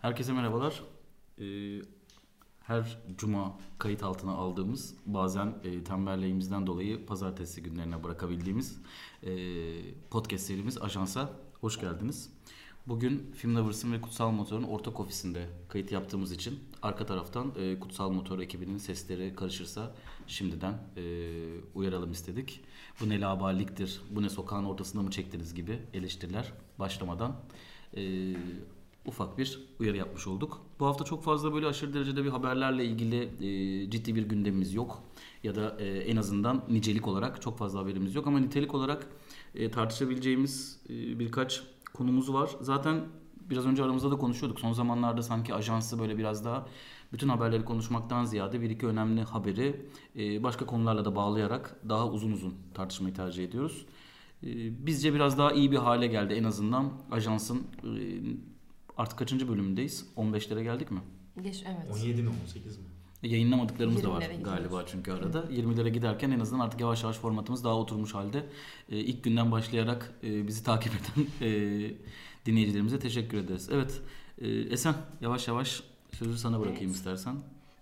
Herkese merhabalar. Ee, Her cuma kayıt altına aldığımız, bazen tembelliğimizden dolayı pazartesi günlerine bırakabildiğimiz podcast serimiz Ajans'a hoş geldiniz. Bugün Film Lovers'ın ve Kutsal Motor'un ortak ofisinde kayıt yaptığımız için arka taraftan Kutsal Motor ekibinin sesleri karışırsa şimdiden uyaralım istedik. Bu ne laubaliliktir, bu ne sokağın ortasında mı çektiniz gibi eleştiriler başlamadan ufak bir uyarı yapmış olduk. Bu hafta çok fazla böyle aşırı derecede bir haberlerle ilgili ciddi bir gündemimiz yok. Ya da en azından nicelik olarak çok fazla haberimiz yok. Ama nitelik olarak tartışabileceğimiz birkaç konumuz var. Zaten biraz önce aramızda da konuşuyorduk. Son zamanlarda sanki ajansı böyle biraz daha bütün haberleri konuşmaktan ziyade bir iki önemli haberi başka konularla da bağlayarak daha uzun uzun tartışmayı tercih ediyoruz. Bizce biraz daha iyi bir hale geldi en azından ajansın. Artık kaçıncı bölümündeyiz? 15'lere geldik mi? Evet. 17 mi 18 mi? Yayınlamadıklarımız da var 20'lere galiba gidiyoruz. çünkü arada. 20'lere giderken en azından artık yavaş yavaş formatımız daha oturmuş halde. İlk günden başlayarak bizi takip eden dinleyicilerimize teşekkür ederiz. Evet, Esen yavaş yavaş sözü sana bırakayım istersen.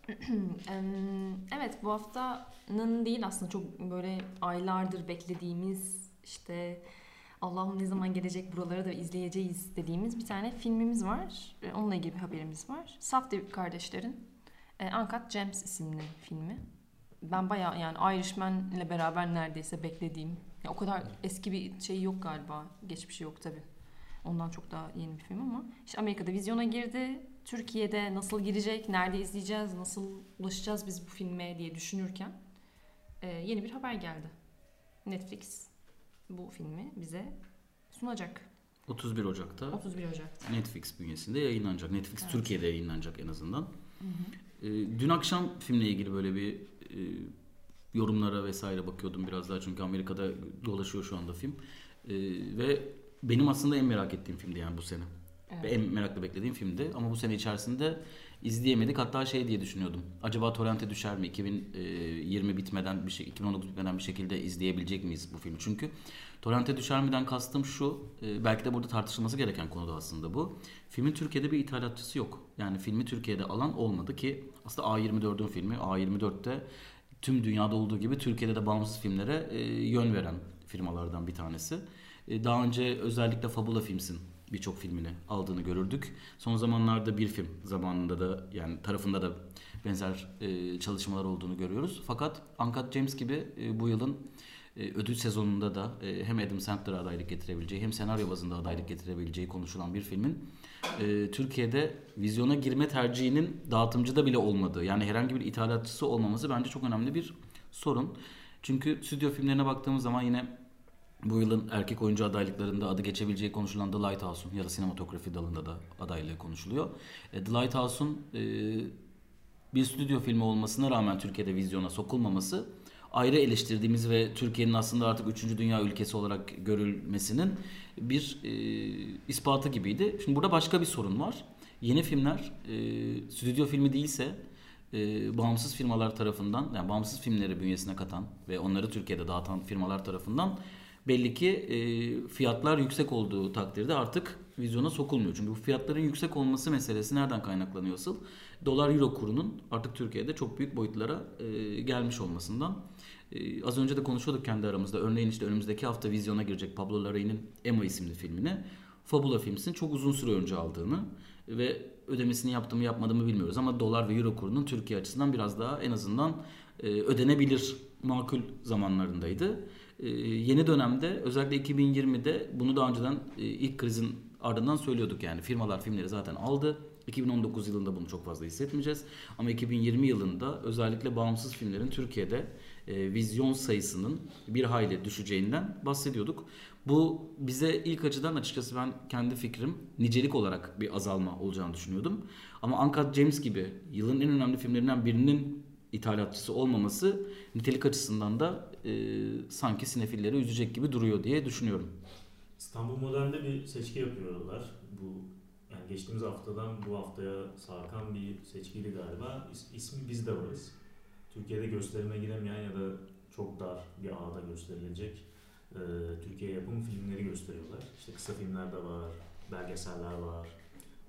Evet, bu haftanın değil aslında çok böyle aylardır beklediğimiz işte Allah'ım ne zaman gelecek buraları da izleyeceğiz dediğimiz bir tane filmimiz var. Onunla ilgili bir haberimiz var. Safdie kardeşlerin Uncut Gems isimli filmi. Ben bayağı yani Irishman ile beraber neredeyse beklediğim. Ya o kadar eski bir şey yok galiba. Geçmişi yok tabii. Ondan çok daha yeni bir film ama işte Amerika'da vizyona girdi. Türkiye'de nasıl girecek, nerede izleyeceğiz, nasıl ulaşacağız biz bu filme diye düşünürken yeni bir haber geldi. Netflix bu filmi bize sunacak. 31 Ocak'ta 31 Ocak'ta. Netflix bünyesinde yayınlanacak. Netflix Evet. Türkiye'de yayınlanacak en azından. Hı hı. Dün akşam filmle ilgili böyle bir yorumlara vesaire bakıyordum biraz daha çünkü Amerika'da dolaşıyor şu anda film. Ve benim aslında en merak ettiğim filmdi yani bu sene. Evet. Ve en merakla beklediğim filmdi ama bu sene içerisinde izleyemedik. Hatta şey diye düşünüyordum. Acaba torrente düşer mi? 2020 bitmeden 2019 bitmeden bir şekilde izleyebilecek miyiz bu filmi? Çünkü torrente düşer mi'den kastım şu. Belki de burada tartışılması gereken konu da aslında bu. Filmin Türkiye'de bir ithalatçısı yok. Yani filmi Türkiye'de alan olmadı ki aslında A24'ün filmi. A24'te tüm dünyada olduğu gibi Türkiye'de de bağımsız filmlere yön veren firmalardan bir tanesi. Daha önce özellikle Fabula Films'in birçok filmini aldığını görürdük. Son zamanlarda bir film zamanında da yani tarafında da benzer çalışmalar olduğunu görüyoruz. Fakat Uncut Gems gibi bu yılın ödül sezonunda da hem Adam Sandler'a adaylık getirebileceği hem senaryo bazında adaylık getirebileceği konuşulan bir filmin Türkiye'de vizyona girme tercihinin dağıtımcıda bile olmadığı yani herhangi bir ithalatçısı olmaması bence çok önemli bir sorun. Çünkü stüdyo filmlerine baktığımız zaman yine bu yılın erkek oyuncu adaylıklarında adı geçebileceği konuşulan The Lighthouse'un ya da sinematografi dalında da adaylığı konuşuluyor. The Lighthouse'un bir stüdyo filmi olmasına rağmen Türkiye'de vizyona sokulmaması ayrı eleştirdiğimiz ve Türkiye'nin aslında artık 3. dünya ülkesi olarak görülmesinin bir ispatı gibiydi. Şimdi burada başka bir sorun var. Yeni filmler stüdyo filmi değilse bağımsız firmalar tarafından yani bağımsız filmleri bünyesine katan ve onları Türkiye'de dağıtan firmalar tarafından belli ki fiyatlar yüksek olduğu takdirde artık vizyona sokulmuyor. Çünkü bu fiyatların yüksek olması meselesi nereden kaynaklanıyor asıl? Dolar euro kurunun artık Türkiye'de çok büyük boyutlara gelmiş olmasından. Az önce de konuşuyorduk kendi aramızda. Örneğin işte önümüzdeki hafta vizyona girecek Pablo Larraín'in Emma isimli filmini Fabula Films'in çok uzun süre önce aldığını ve ödemesini yaptı mı yapmadı mı bilmiyoruz. Ama dolar ve euro kurunun Türkiye açısından biraz daha en azından ödenebilir makul zamanlarındaydı. Yeni dönemde özellikle 2020'de bunu daha önceden ilk krizin ardından söylüyorduk yani firmalar filmleri zaten aldı. 2019 yılında bunu çok fazla hissetmeyeceğiz. Ama 2020 yılında özellikle bağımsız filmlerin Türkiye'de vizyon sayısının bir hayli düşeceğinden bahsediyorduk. Bu bize ilk açıdan açıkçası ben kendi fikrim nicelik olarak bir azalma olacağını düşünüyordum. Ama Uncut Gems gibi yılın en önemli filmlerinden birinin ithalatçısı olmaması nitelik açısından da sanki sinefilleri üzecek gibi duruyor diye düşünüyorum. İstanbul Modern'de bir seçki yapıyorlar. Bu yani geçtiğimiz haftadan bu haftaya sarkan bir seçkiydi galiba. İsmi Biz de Varız. Türkiye'de gösterime giremeyen ya da çok dar bir ağda gösterilecek Türkiye yapım filmleri gösteriyorlar. İşte kısa filmler de var, belgeseller var,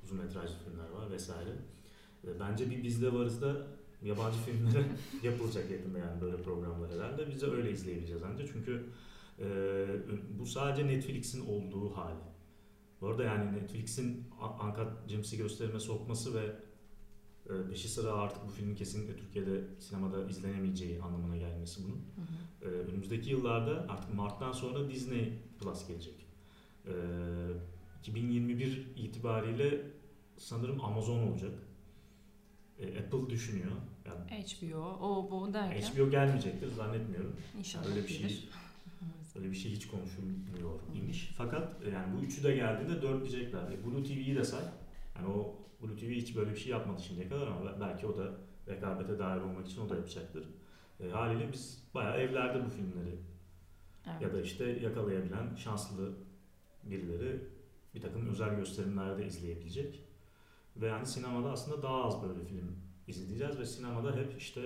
uzun metrajlı filmler var vesaire. Bence bir Biz de Varız da yabancı filmlere yapılacak yakında yani böyle programlar herhalde. Biz de öyle izleyebileceğiz ancak çünkü bu sadece Netflix'in olduğu hali. Bu arada yani Netflix'in Uncut Gems'i gösterime sokması ve peşi sıra artık bu filmin kesinlikle Türkiye'de sinemada izlenemeyeceği anlamına gelmesi bunun. Önümüzdeki yıllarda artık Mart'tan sonra Disney Plus gelecek. 2021 itibariyle sanırım Amazon olacak. Apple düşünüyor. Yani HBO, bu derken. HBO gelmeyecektir zannetmiyorum. İnşallah Öyle bir şey hiç konuşulmuyor imiş. Fakat yani bu üçü de geldiğinde 4 diyecekler. Blue TV'yi de say. Yani o Blue TV hiç böyle bir şey yapmadı şimdiye kadar ama belki o da rekabete dahil olmak için o da yapacaktır. Haliyle biz bayağı evlerde bu filmleri ya da işte yakalayabilen şanslı birileri bir takım özel gösterimlerde izleyebilecek. Ve yani sinemada aslında daha az böyle film izleyeceğiz ve sinemada hep işte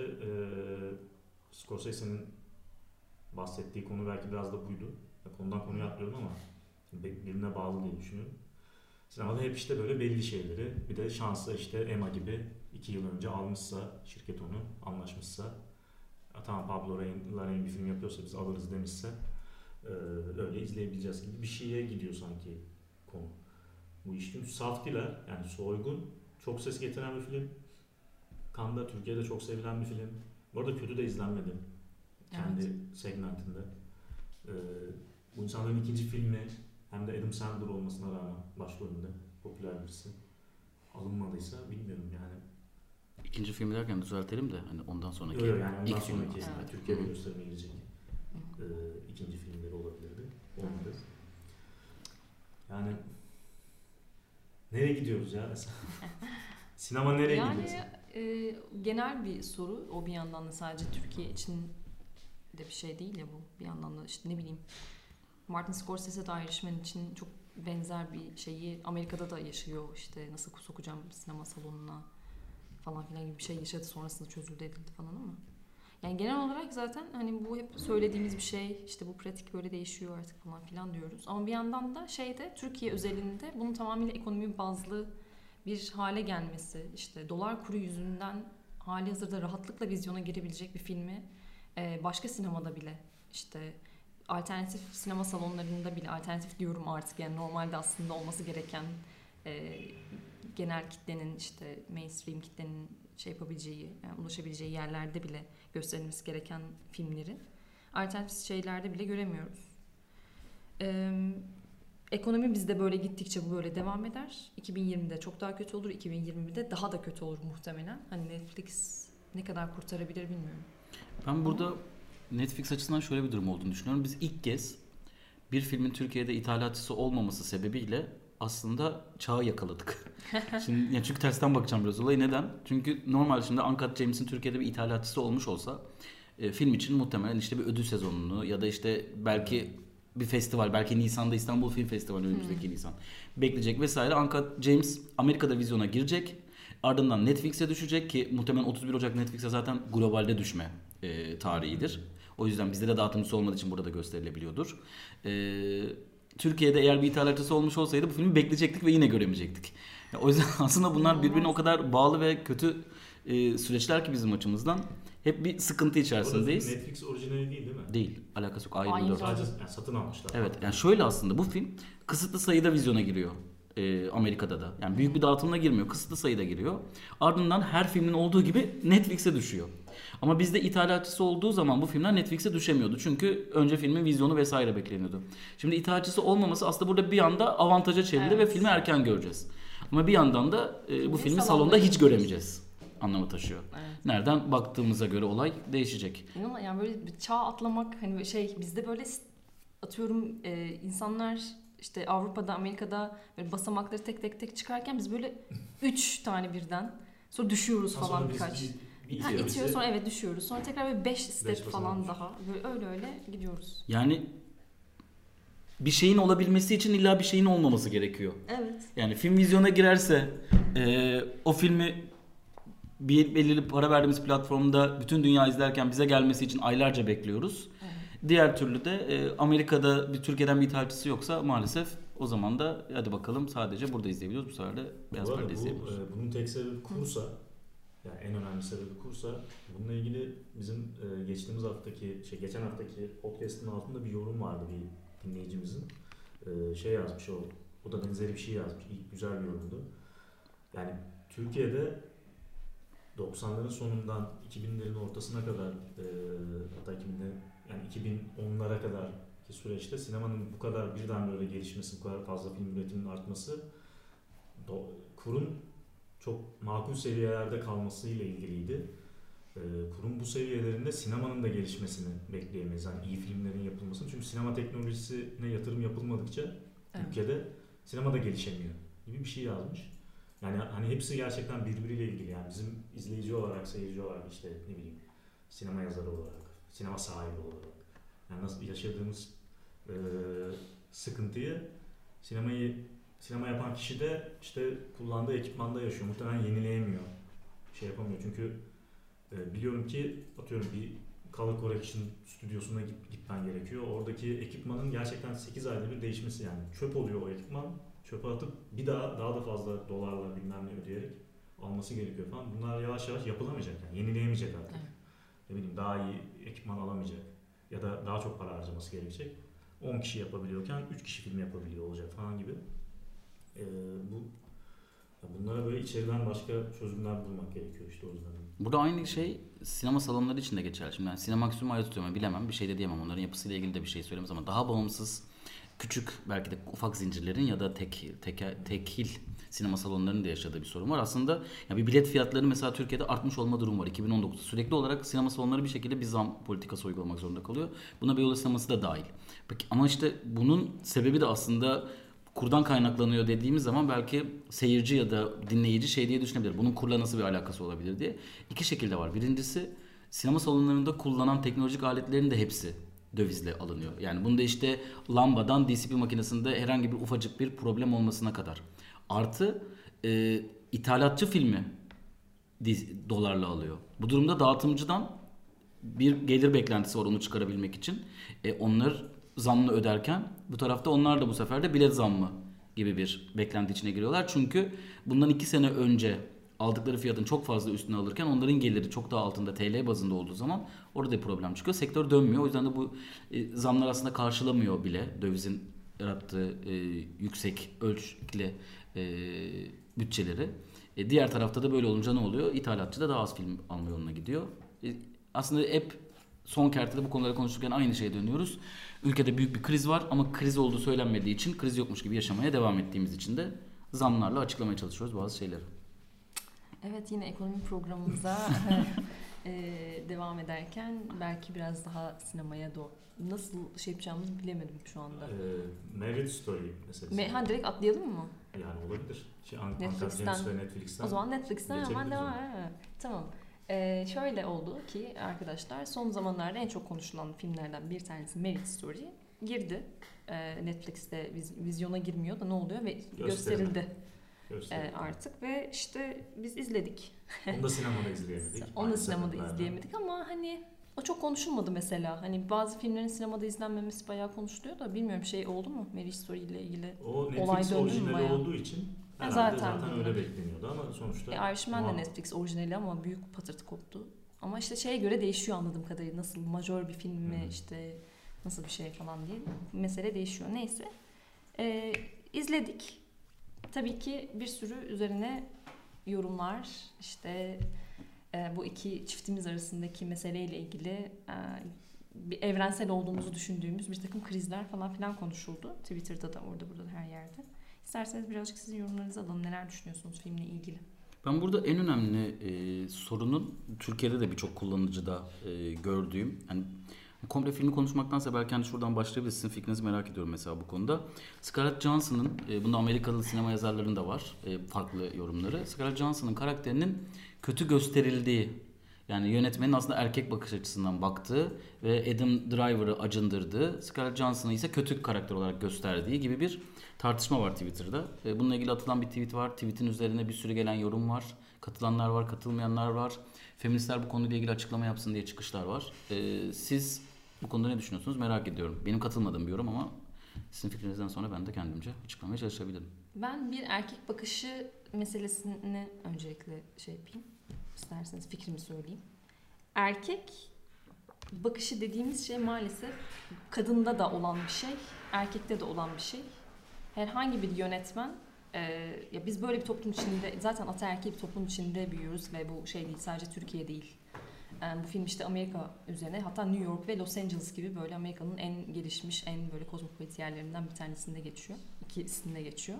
Scorsese'nin bahsettiği konu belki biraz da buydu. Konudan konuya atlıyorum ama birbirine bağlı diye düşünüyorum. Sinemada hep işte böyle belli şeyleri, bir de şansa işte Emma gibi 2 yıl önce almışsa, şirket onu anlaşmışsa, tamam Pablo Larraín bir film yapıyorsa biz alırız demişse öyle izleyebileceğiz gibi bir şeye gidiyor sanki konu. Bu iş çünkü saf diler, yani soygun, çok ses getiren bir film. Cannes'da Türkiye'de çok sevilen bir film. Bu arada kötü de izlenmedi kendi segmentinde. Bu insanların ikinci filmi hem de Adam Sandler olmasına rağmen başrolünde popüler birisi alınmadıysa bilmiyorum yani. İkinci filmi derken düzeltelim de hani ondan sonraki. Yok yani ondan ilk sonraki film. yani Türkiye'de gösterime girecek ikinci filmleri olabilirdi. Olmadı. Yani nereye gidiyoruz ya? Sinema nereye gidiyoruz? Genel bir soru. O bir yandan da sadece Türkiye için de bir şey değil ya bu. Bir yandan da işte ne bileyim Martin Scorsese de Irishman için çok benzer bir şeyi Amerika'da da yaşıyor. İşte nasıl sokacağım sinema salonuna falan filan gibi bir şey yaşadı. Sonrasında çözüldü edildi falan ama. Yani genel olarak zaten hani bu hep söylediğimiz bir şey. İşte bu pratik böyle değişiyor artık falan filan diyoruz. Ama bir yandan da Türkiye özelinde bunun tamamıyla ekonomi bazlı bir hale gelmesi. İşte dolar kuru yüzünden halihazırda rahatlıkla vizyona girebilecek bir filmi başka sinemada bile işte alternatif sinema salonlarında bile alternatif diyorum artık yani normalde aslında olması gereken genel kitlenin işte mainstream kitlenin yapabileceği yani ulaşabileceği yerlerde bile gösterilmesi gereken filmleri alternatif şeylerde bile göremiyoruz. Ekonomi bizde böyle gittikçe bu böyle devam eder. 2020'de çok daha kötü olur. 2021'de daha da kötü olur muhtemelen. Hani Netflix ne kadar kurtarabilir bilmiyorum. Ben burada Netflix açısından şöyle bir durum olduğunu düşünüyorum. Biz ilk kez bir filmin Türkiye'de ithalatçısı olmaması sebebiyle aslında çağı yakaladık. Şimdi yani çünkü tersten bakacağım biraz olaya. Neden? Çünkü normal şimdi Uncut Gems'in Türkiye'de bir ithalatçısı olmuş olsa film için muhtemelen işte bir ödül sezonunu ya da işte belki bir festival, belki Nisan'da İstanbul Film Festivali önümüzdeki Nisan bekleyecek vesaire. Uncut Gems Amerika'da vizyona girecek. Ardından Netflix'e düşecek ki muhtemelen 31 Ocak Netflix'e zaten globalde düşme tarihidir. O yüzden bizde de dağıtımcısı olmadığı için burada gösterilebiliyordur. Türkiye'de eğer bir ithalatçısı olmuş olsaydı bu filmi bekleyecektik ve yine göremeyecektik. O yüzden aslında bunlar birbirine o kadar bağlı ve kötü süreçler ki bizim açımızdan. Hep bir sıkıntı içerisindeyiz. Netflix orijinali değil mi? Değil. Alakası yok. A24. Sadece yani satın almışlar. Evet. Yani şöyle aslında bu film kısıtlı sayıda vizyona giriyor. Amerika'da da. Yani büyük bir dağıtımla girmiyor. Kısıtlı sayıda giriyor. Ardından her filmin olduğu gibi Netflix'e düşüyor. Ama bizde ithalatçısı olduğu zaman bu filmler Netflix'e düşemiyordu. Çünkü önce filmin vizyonu vesaire bekleniyordu. Şimdi ithalatçısı olmaması aslında burada bir anda avantaja çevrildi ve filmi erken göreceğiz. Ama bir yandan da bu filmi salonda hiç göremeyeceğiz anlamı taşıyor. Evet. Nereden baktığımıza göre olay değişecek. Yani böyle bir çağ atlamak hani bizde böyle atıyorum insanlar işte Avrupa'da, Amerika'da böyle basamakları tek tek çıkarken biz böyle 3 tane birden sonra düşüyoruz falan birkaç. İtiyor sonra düşüyoruz. Sonra tekrar böyle 5 step falan daha. Böyle öyle gidiyoruz. Yani bir şeyin olabilmesi için illa bir şeyin olmaması gerekiyor. Evet. Yani film vizyona girerse o filmi bir belirli para verdiğimiz platformda bütün dünya izlerken bize gelmesi için aylarca bekliyoruz. Evet. Diğer türlü de Amerika'da Türkiye'den bir ithalatçısı yoksa maalesef O zaman da hadi bakalım sadece burada izleyebiliyoruz. Bu sefer de beyaz perde izleyebiliyoruz. Bunun tek sebebi kursa, yani en önemli sebebi kursa, bununla ilgili bizim geçen haftaki podcast'ın altında bir yorum vardı bir dinleyicimizin. Şey yazmış o da benzeri bir şey yazmış. Güzel bir yorumdu. Yani Türkiye'de 90'ların sonundan 2000'lerin ortasına kadar hatta yani 2010'lara kadar ki süreçte sinemanın bu kadar birden böyle gelişmesi, bu kadar fazla film üretiminin artması kurun çok makul seviyelerde kalmasıyla ilgiliydi. Kurun bu seviyelerinde sinemanın da gelişmesini bekleyemeyiz. Yani iyi filmlerin yapılmasını. Çünkü sinema teknolojisine yatırım yapılmadıkça ülkede sinema da gelişemiyor gibi bir şey yazmış. Yani hani hepsi gerçekten birbiriyle ilgili. Yani bizim izleyici olarak, seyirci olarak, işte ne bileyim, sinema yazarı olarak, sinema sahibi olarak, yani nasıl yaşadığımız sıkıntıyı sinema yapan kişi de işte kullandığı ekipmanda yaşıyor. Muhtemelen yenileyemiyor. Şey yapamıyor. Çünkü biliyorum ki atıyorum bir color correction stüdyosuna gitmen gerekiyor. Oradaki ekipmanın gerçekten 8 ayda bir değişmesi, yani çöp oluyor o ekipman. Çöpe atıp bir daha da fazla dolarla bilmem ne ödeyerek alması gerekiyor falan. Bunlar yavaş yavaş yapılamayacak, yani yenileyemeyecek artık. Evet. Ne bileyim, daha iyi ekipman alamayacak ya da daha çok para harcaması gerekecek. 10 kişi yapabiliyorken 3 kişi film yapabiliyor olacak falan gibi. Bunlara böyle içeriden başka çözümler bulmak gerekiyor işte o yüzden. Burada aynı şey sinema salonları için de geçerli. Şimdi ben Sinemaksimum'u ayrı tutuyorum. Bilemem, bir şey de diyemem. Onların yapısıyla ilgili de bir şey söylemez ama daha bağımsız, küçük, belki de ufak zincirlerin ya da tekil sinema salonlarının da yaşadığı bir sorun var. Aslında ya bir bilet fiyatlarının mesela Türkiye'de artmış olma durumu var. 2019'da sürekli olarak sinema salonları bir şekilde bir zam politikası uygulamak zorunda kalıyor. Buna Beyoğlu sineması da dahil. Peki, ama işte bunun sebebi de aslında kurdan kaynaklanıyor dediğimiz zaman belki seyirci ya da dinleyici şey diye düşünebilir. Bunun kurla nasıl bir alakası olabilir diye. İki şekilde var. Birincisi, sinema salonlarında kullanılan teknolojik aletlerin de hepsi dövizle alınıyor. Yani bunda işte lambadan DCP makinesinde herhangi bir ufacık bir problem olmasına kadar. Artı ithalatçı filmi dolarla alıyor. Bu durumda dağıtımcıdan bir gelir beklentisi var onu çıkarabilmek için. Onlar zamlı öderken bu tarafta onlar da bu sefer de bilet zammı gibi bir beklenti içine giriyorlar. Çünkü bundan 2 sene önce aldıkları fiyatın çok fazla üstüne alırken onların geliri çok daha altında TL bazında olduğu zaman orada bir problem çıkıyor. Sektör dönmüyor. O yüzden de bu zamlar aslında karşılamıyor bile dövizin yarattığı yüksek ölçekli bütçeleri. Diğer tarafta da böyle olunca ne oluyor? İthalatçı da daha az film alma yoluna gidiyor. Aslında hep son kertede bu konuları konuşurken aynı şeye dönüyoruz. Ülkede büyük bir kriz var ama kriz olduğu söylenmediği için, kriz yokmuş gibi yaşamaya devam ettiğimiz için de zamlarla açıklamaya çalışıyoruz bazı şeyleri. Evet, yine ekonomi programımıza devam ederken belki biraz daha sinemaya nasıl şey yapacağımızı bilemedim şu anda. Marriage Story mesela. Direkt atlayalım mı? Yani olabilir. Netflix'ten. O zaman Netflix'ten hemen devam. Tamam. Şöyle oldu ki arkadaşlar, son zamanlarda en çok konuşulan filmlerden bir tanesi Marriage Story girdi. Netflix'te vizyona girmiyor da ne oluyor ve gösterildi. Artık ve işte biz izledik. Onu da sinemada izleyemedik. Onu da sinemada izleyemedik ama hani o çok konuşulmadı mesela. Hani bazı filmlerin sinemada izlenmemesi bayağı konuşuluyor da bilmiyorum, şey oldu mu Marriage Story ile ilgili? O Netflix orijinali olduğu için zaten öyle bekleniyordu ama sonuçta. Irishman de Netflix orijinali ama büyük patırtı koptu. Ama işte şeye göre değişiyor anladığım kadarıyla. Nasıl majör bir film mi, işte nasıl bir şey falan diye mesele değişiyor. Neyse. İzledik. Tabii ki bir sürü üzerine yorumlar, işte bu iki çiftimiz arasındaki meseleyle ilgili bir evrensel olduğumuzu düşündüğümüz bir takım krizler falan filan konuşuldu. Twitter'da da, orada burada da, her yerde. İsterseniz birazcık sizin yorumlarınızı alalım. Neler düşünüyorsunuz filmle ilgili? Ben burada en önemli sorunun Türkiye'de de birçok kullanıcıda gördüğüm, yani komple filmi konuşmaktansa belki hani şuradan başlayabiliriz. Sizin fikrinizi merak ediyorum mesela bu konuda. Scarlett Johansson'ın, bunda Amerikalı sinema yazarlarının da var farklı yorumları. Scarlett Johansson'ın karakterinin kötü gösterildiği, yani yönetmenin aslında erkek bakış açısından baktığı ve Adam Driver'ı acındırdığı, Scarlett Johansson'ı ise kötü karakter olarak gösterdiği gibi bir tartışma var Twitter'da. Bununla ilgili atılan bir tweet var. Tweet'in üzerine bir sürü gelen yorum var. Katılanlar var, katılmayanlar var. Feministler bu konuyla ilgili açıklama yapsın diye çıkışlar var. Siz bu konuda ne düşünüyorsunuz merak ediyorum. Benim katılmadığım bir yorum ama Sizin fikrinizden sonra ben de kendimce açıklamaya çalışabilirim. Ben bir erkek bakışı meselesini öncelikle şey yapayım. İsterseniz fikrimi söyleyeyim. Erkek bakışı dediğimiz şey maalesef kadında da olan bir şey, erkekte de olan bir şey. Herhangi bir yönetmen, ya biz böyle bir toplum içinde, zaten ataerkil bir toplum içinde büyüyoruz ve bu şey değil, sadece Türkiye değil. Bu film işte Amerika üzerine, hatta New York ve Los Angeles gibi böyle Amerika'nın en gelişmiş, en böyle kozmopolit yerlerinden bir tanesinde geçiyor. İkisinde geçiyor.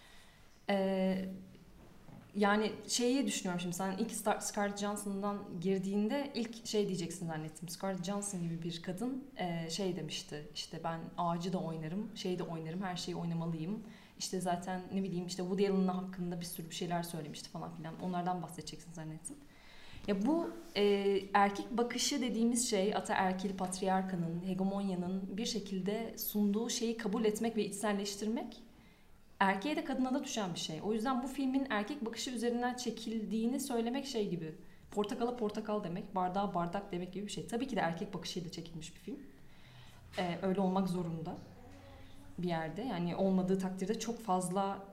Yani şeyi düşünüyorum şimdi, sen ilk Scarlett Johansson'dan girdiğinde ilk şey diyeceksin zannettim. Scarlett Johansson gibi bir kadın şey demişti, işte ben ağacı da oynarım, şeyi de oynarım, her şeyi oynamalıyım. İşte zaten ne bileyim işte Woody Allen hakkında bir sürü bir şeyler söylemişti falan filan. Onlardan bahsedeceksin zannettim. Ya bu erkek bakışı dediğimiz şey, ataerkil patriarkanın, hegemonyanın bir şekilde sunduğu şeyi kabul etmek ve içselleştirmek erkeğe de kadına da düşen bir şey. O yüzden bu filmin erkek bakışı üzerinden çekildiğini söylemek şey gibi. Portakala portakal demek, bardağa bardak demek gibi bir şey. Tabii ki de erkek bakışıyla çekilmiş bir film. Öyle olmak zorunda bir yerde. Yani olmadığı takdirde çok fazla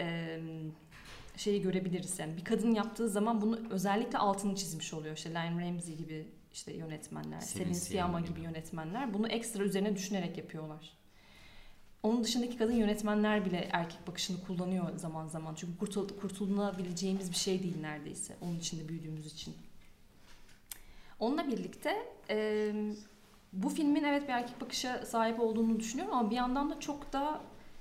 şeyi görebiliriz. Yani bir kadın yaptığı zaman bunu özellikle altını çizmiş oluyor. İşte Lynne Ramsey gibi işte yönetmenler, Celine Sciamma gibi yönetmenler bunu ekstra üzerine düşünerek yapıyorlar. Onun dışındaki kadın yönetmenler bile erkek bakışını kullanıyor zaman zaman. Çünkü kurtulunabileceğimiz bir şey değil neredeyse. Onun içinde büyüdüğümüz için. Onunla birlikte bu filmin evet bir erkek bakışa sahip olduğunu düşünüyorum ama bir yandan da çok da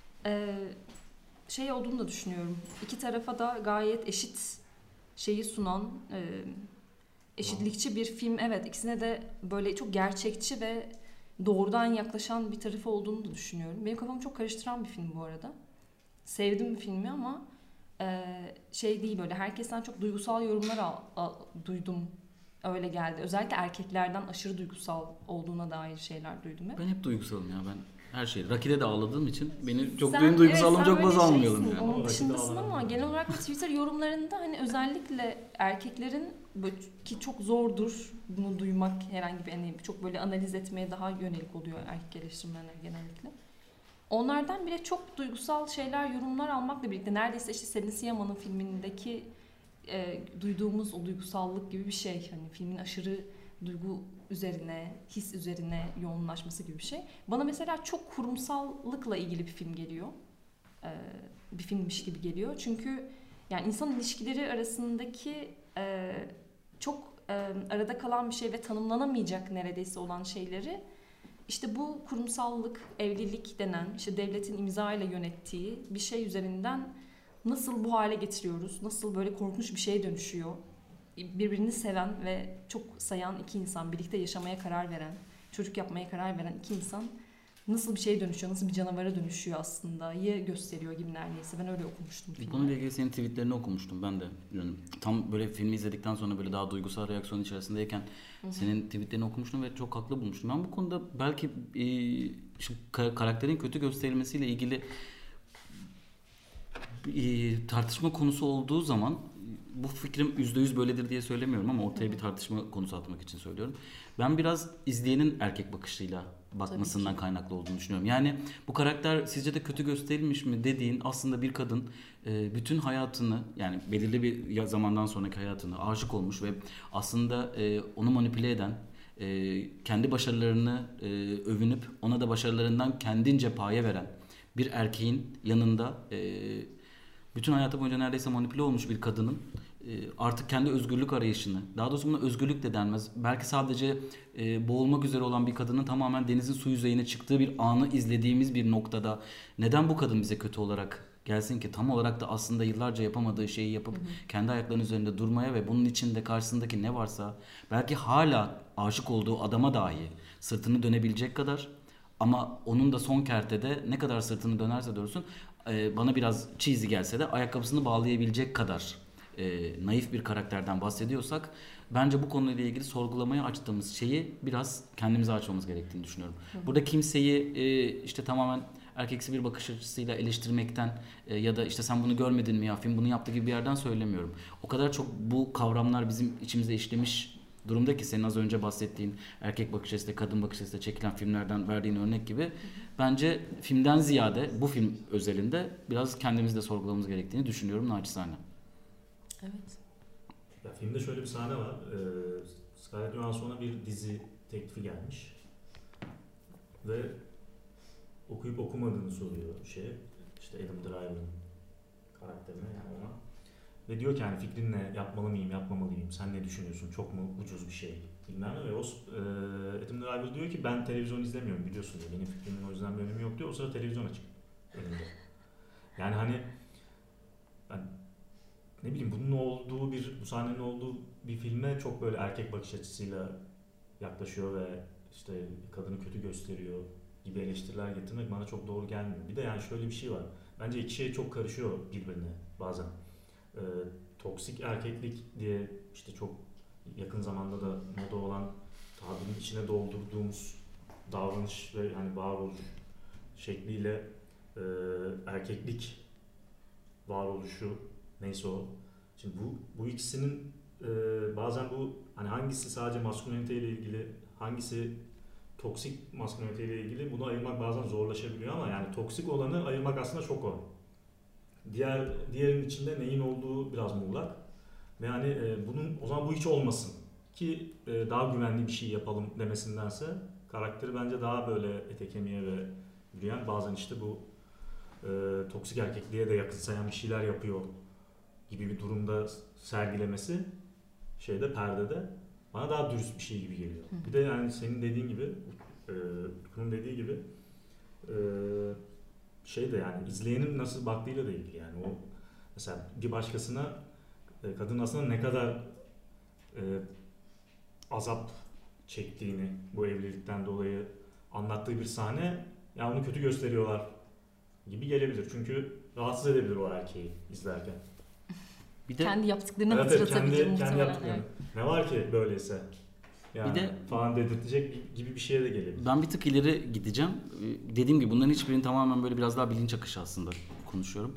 şey olduğunu da düşünüyorum. İki tarafa da gayet eşit şeyi sunan, eşitlikçi bir film. Evet, ikisine de böyle çok gerçekçi ve doğrudan yaklaşan bir tarafı olduğunu da düşünüyorum. Benim kafamı çok karıştıran bir film bu arada. Sevdim filmi ama şey değil, böyle herkesten çok duygusal yorumlar duydum. Öyle geldi. Özellikle erkeklerden aşırı duygusal olduğuna dair şeyler duydum hep. Ben hep duygusalım ya, ben her şeyi. Rocky'de de ağladığım için beni çok Sen, duygusalım, evet, çok baz almayalım yani. Onun dışındasın ama genel olarak da Twitter yorumlarında hani özellikle erkeklerin böyle, ki çok zordur bunu duymak, herhangi bir hani çok böyle analiz etmeye daha yönelik oluyor erkek eleştirmenler genellikle. Onlardan bile çok duygusal şeyler, yorumlar almakla birlikte neredeyse işte Celine Sciamma'nın filmindeki duyduğumuz o duygusallık gibi bir şey. Hani filmin aşırı duygu üzerine, his üzerine yoğunlaşması gibi bir şey. Bana mesela çok kurumsallıkla ilgili bir film geliyor. Bir filmmiş gibi geliyor. Çünkü yani insan ilişkileri arasındaki çok arada kalan bir şey ve tanımlanamayacak neredeyse olan şeyleri işte bu kurumsallık, evlilik denen işte devletin imza ile yönettiği bir şey üzerinden nasıl bu hale getiriyoruz? Nasıl böyle korkunç bir şeye dönüşüyor? Birbirini seven ve çok sayan iki insan, birlikte yaşamaya karar veren, çocuk yapmaya karar veren iki insan nasıl bir şeye dönüşüyor, nasıl bir canavara dönüşüyor aslında gösteriyor gibi neredeyse. Ben öyle okumuştum filmi. Bununla ilgili senin tweetlerini okumuştum ben de. Yani tam böyle filmi izledikten sonra böyle daha duygusal reaksiyon içerisindeyken senin tweetlerini okumuştum ve çok haklı bulmuştum. Ben bu konuda belki şu karakterin kötü gösterilmesiyle ilgili tartışma konusu olduğu zaman, bu fikrim %100 böyledir diye söylemiyorum ama ortaya bir tartışma konusu atmak için söylüyorum. Ben biraz izleyenin erkek bakışıyla bakmasından kaynaklı olduğunu düşünüyorum. Yani bu karakter sizce de kötü gösterilmiş mi dediğin, aslında bir kadın bütün hayatını, yani belirli bir zamandan sonraki hayatını aşık olmuş ve aslında onu manipüle eden, kendi başarılarını övünüp ona da başarılarından kendince paye veren bir erkeğin yanında bütün hayatı boyunca neredeyse manipüle olmuş bir kadının artık kendi özgürlük arayışını, daha doğrusu buna özgürlük de denmez, belki sadece boğulmak üzere olan bir kadının tamamen denizin su yüzeyine çıktığı bir anı izlediğimiz bir noktada neden bu kadın bize kötü olarak gelsin ki? Tam olarak da aslında yıllarca yapamadığı şeyi yapıp kendi ayaklarının üzerinde durmaya ve bunun içinde karşısındaki ne varsa, belki hala aşık olduğu adama dahi sırtını dönebilecek kadar, ama onun da son kertede ne kadar sırtını dönerse dönsün bana biraz cheesy gelse de ayakkabısını bağlayabilecek kadar naif bir karakterden bahsediyorsak, bence bu konuyla ilgili sorgulamaya açtığımız şeyi biraz kendimize açmamız gerektiğini düşünüyorum. Burada kimseyi işte tamamen erkeksi bir bakış açısıyla eleştirmekten ya da işte sen bunu görmedin mi ya, film bunu yaptı gibi bir yerden söylemiyorum. O kadar çok bu kavramlar bizim içimize işlemiş durumda ki senin az önce bahsettiğin erkek bakış açısıyla kadın bakış açısıyla çekilen filmlerden verdiğin örnek gibi bence filmden ziyade bu film özelinde biraz kendimizi de sorgulamamız gerektiğini düşünüyorum naçizane. Evet. Ya filmde şöyle bir sahne var. Scarlett Johansson'a bir dizi teklifi gelmiş. Ve okuyup okumadığını soruyor işte Adam Driver'ın karakterine yani ona. Ve diyor ki hani fikrin ne? Yapmalı mıyım, yapmamalı mıyım? Sen ne düşünüyorsun? Çok mu ucuz bir şey? Bilmem ne. Ve Adam Driver diyor ki ben televizyon izlemiyorum biliyorsun diyor. Benim fikrimin o yüzden bir önemi yok diyor. O sırada televizyon açık önünde. Yani hani ben ne bileyim bu sahnenin olduğu bir filme çok böyle erkek bakış açısıyla yaklaşıyor ve işte kadını kötü gösteriyor gibi eleştiriler getirmek bana çok doğru gelmiyor. Bir de yani şöyle bir şey var. Bence iki şey çok karışıyor birbirine bazen. Toksik erkeklik diye işte çok yakın zamanda da moda olan tabirin içine doldurduğumuz davranış ve hani varoluş şekliyle erkeklik varoluşu neyse o. Şimdi bu ikisinin bazen bu hani hangisi sadece maskülenite ile ilgili, hangisi toksik maskülenite ile ilgili bunu ayırmak bazen zorlaşabiliyor ama yani toksik olanı ayırmak aslında çok kolay. Diğerinin içinde neyin olduğu biraz muğlak. Ve yani bunun o zaman bu hiç olmasın ki daha güvenli bir şey yapalım demesindense karakteri bence daha böyle ete kemiğe ve yürüyen bazen işte bu toksik erkekliğe de yakınsayan bir şeyler yapıyor gibi bir durumda sergilemesi perdede bana daha dürüst bir şey gibi geliyor. Bir de yani senin dediğin gibi Utku'nun dediği gibi de yani izleyenin nasıl baktığıyla da ilgili yani o mesela bir başkasına kadın aslında ne kadar azap çektiğini bu evlilikten dolayı anlattığı bir sahne ya onu kötü gösteriyorlar gibi gelebilir. Çünkü rahatsız edebilir o erkeği izlerken. Bir de kendi yaptıklarını hatırlatabilir kendi yaptıklarını. Ne var ki böyleyse? Yani bir de falan dedirtecek gibi bir şeye de gelebilir. Ben bir tık ileri gideceğim. Dediğim gibi bunların hiçbirini tamamen böyle biraz daha bilinç akışı aslında konuşuyorum.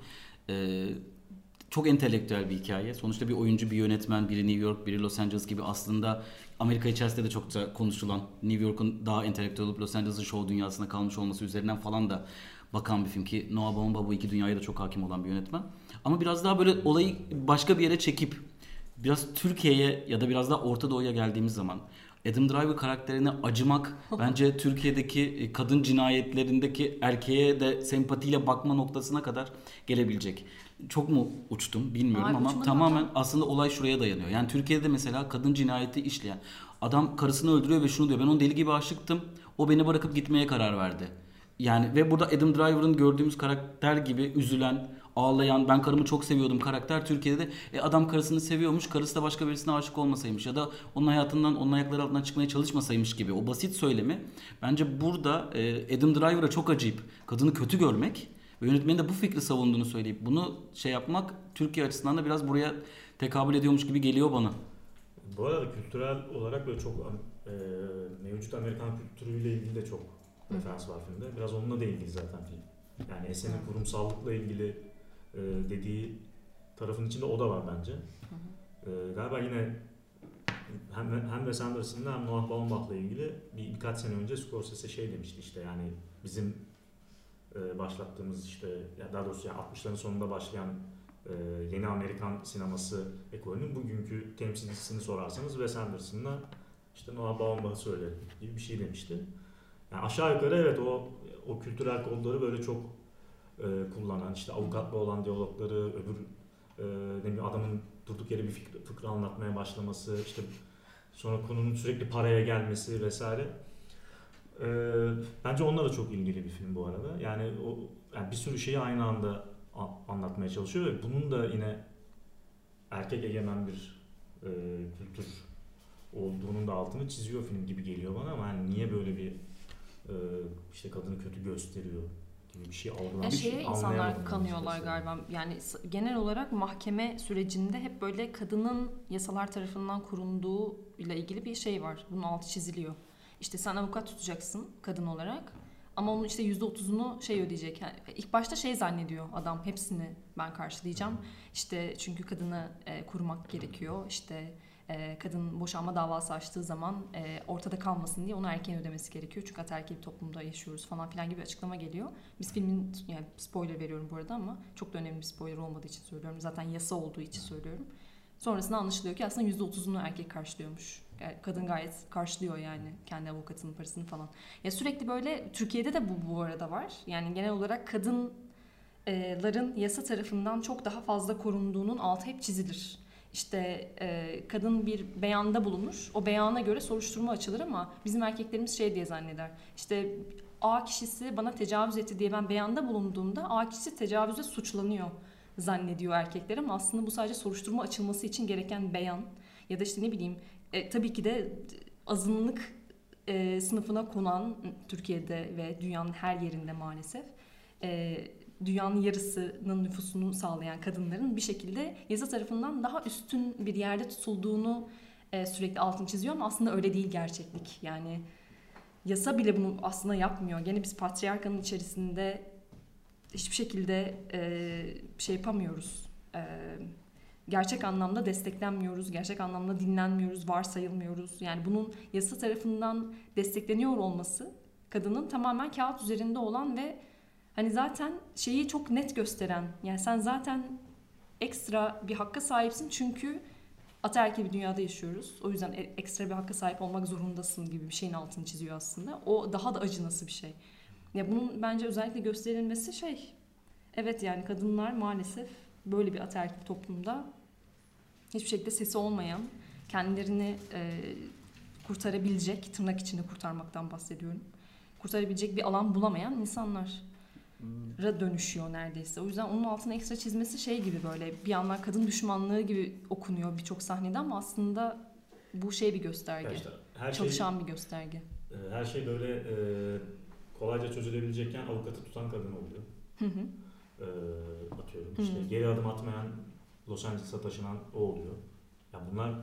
Çok entelektüel bir hikaye. Sonuçta bir oyuncu, bir yönetmen, biri New York, biri Los Angeles gibi aslında Amerika içerisinde de çokça konuşulan, New York'un daha entelektüel olup Los Angeles'ın show dünyasına kalmış olması üzerinden falan da bakan bir film ki Noah Baumbach bu iki dünyaya da çok hakim olan bir yönetmen. Ama biraz daha böyle olayı başka bir yere çekip biraz Türkiye'ye ya da biraz daha Orta Doğu'ya geldiğimiz zaman Adam Driver karakterine acımak bence Türkiye'deki kadın cinayetlerindeki erkeğe de sempatiyle bakma noktasına kadar gelebilecek. Çok mu uçtum bilmiyorum ama tamamen aslında olay şuraya dayanıyor. Yani Türkiye'de mesela kadın cinayeti işleyen adam karısını öldürüyor ve şunu diyor: ben onu deli gibi aşıktım. O beni bırakıp gitmeye karar verdi. Yani ve burada Adam Driver'ın gördüğümüz karakter gibi üzülen, ağlayan, ben karımı çok seviyordum karakter Türkiye'de adam karısını seviyormuş, karısı da başka birisine aşık olmasaymış ya da onun hayatından, onun ayakları altından çıkmaya çalışmasaymış gibi o basit söylemi bence burada Adam Driver'a çok acıyıp kadını kötü görmek ve yönetmenin de bu fikri savunduğunu söyleyip bunu yapmak Türkiye açısından da biraz buraya tekabül ediyormuş gibi geliyor bana. Bu arada kültürel olarak böyle çok mevcut Amerikan kültürüyle ilgili de çok referans var filmde. Biraz onunla da ilgili zaten film. Yani Esen'in kurumsallıkla ilgili dediği tarafın içinde o da var bence. Galiba yine hem Wes Anderson'la hem Noah Baumbach'la ilgili birkaç sene önce Scorsese demişti işte yani bizim başlattığımız işte ya daha doğrusu yani 60'ların sonunda başlayan yeni Amerikan sineması ekolünün bugünkü temsilcisini sorarsanız Wes Anderson'la işte Noah Baumbach'ı söylerim gibi bir şey demişti. Yani aşağı yukarı evet o kültürel kodları böyle çok kullanan işte avukatla olan diyalogları, öbür ne bileyim adamın durduk yere bir fıkra anlatmaya başlaması, işte sonra konunun sürekli paraya gelmesi vesaire. Bence onunla da çok ilgili bir film bu arada. Yani bir sürü şeyi aynı anda anlatmaya çalışıyor ve bunun da yine erkek egemen bir kültür olduğunun da altını çiziyor film gibi geliyor bana ama yani niye böyle bir işte kadını kötü gösteriyor gibi bir şey algılamış. İnsanlar kanıyorlar galiba. Yani genel olarak mahkeme sürecinde hep böyle kadının yasalar tarafından korunduğu ile ilgili bir şey var. Bunun altı çiziliyor. İşte sen avukat tutacaksın kadın olarak ama onun işte %30'unu ödeyecek. Yani ilk başta zannediyor adam, hepsini ben karşılayacağım. İşte çünkü kadını korumak gerekiyor. İşte kadın boşanma davası açtığı zaman ortada kalmasın diye onu erkeğin ödemesi gerekiyor. Çünkü ataerkil bir toplumda yaşıyoruz falan filan gibi bir açıklama geliyor. Biz filmin, yani spoiler veriyorum bu arada ama çok da önemli bir spoiler olmadığı için söylüyorum. Zaten yasa olduğu için söylüyorum. Sonrasında anlaşılıyor ki aslında %30'unu erkek karşılıyormuş. Kadın gayet karşılıyor yani kendi avukatının parasını falan. Ya sürekli böyle Türkiye'de de bu arada var. Yani genel olarak kadınların yasa tarafından çok daha fazla korunduğunun altı hep çizilir. İşte kadın bir beyanda bulunur. O beyana göre soruşturma açılır ama bizim erkeklerimiz şey diye zanneder. İşte A kişisi bana tecavüz etti diye ben beyanda bulunduğumda A kişisi tecavüze suçlanıyor zannediyor erkekler ama aslında bu sadece soruşturma açılması için gereken beyan ya da işte ne bileyim tabii ki de azınlık sınıfına konan Türkiye'de ve dünyanın her yerinde maalesef dünyanın yarısının nüfusunu sağlayan kadınların bir şekilde yasa tarafından daha üstün bir yerde tutulduğunu sürekli altını çiziyor ama aslında öyle değil gerçeklik. Yani yasa bile bunu aslında yapmıyor. Gene biz patriarkanın içerisinde hiçbir şekilde şey yapamıyoruz. Gerçek anlamda desteklenmiyoruz, gerçek anlamda dinlenmiyoruz, varsayılmıyoruz. Yani bunun yasa tarafından destekleniyor olması kadının tamamen kağıt üzerinde olan ve hani zaten şeyi çok net gösteren, yani sen zaten ekstra bir hakka sahipsin çünkü ataerkil bir dünyada yaşıyoruz. O yüzden ekstra bir hakka sahip olmak zorundasın gibi bir şeyin altını çiziyor aslında. O daha da acınası bir şey. Ya bunun bence özellikle gösterilmesi evet yani kadınlar maalesef böyle bir ataerkil toplumda hiçbir şekilde sesi olmayan, kendilerini kurtarabilecek, tırnak içinde kurtarmaktan bahsediyorum, kurtarabilecek bir alan bulamayan insanlara dönüşüyor neredeyse. O yüzden onun altına ekstra çizmesi şey gibi böyle bir yandan kadın düşmanlığı gibi okunuyor birçok sahnede ama aslında bu bir gösterge. İşte çalışan bir gösterge. Her şey böyle kolayca çözülebilecekken avukatı tutan kadın oluyor. Atıyorum işte geri adım atmayan, Los Angeles'a taşınan o oluyor. Ya bunlar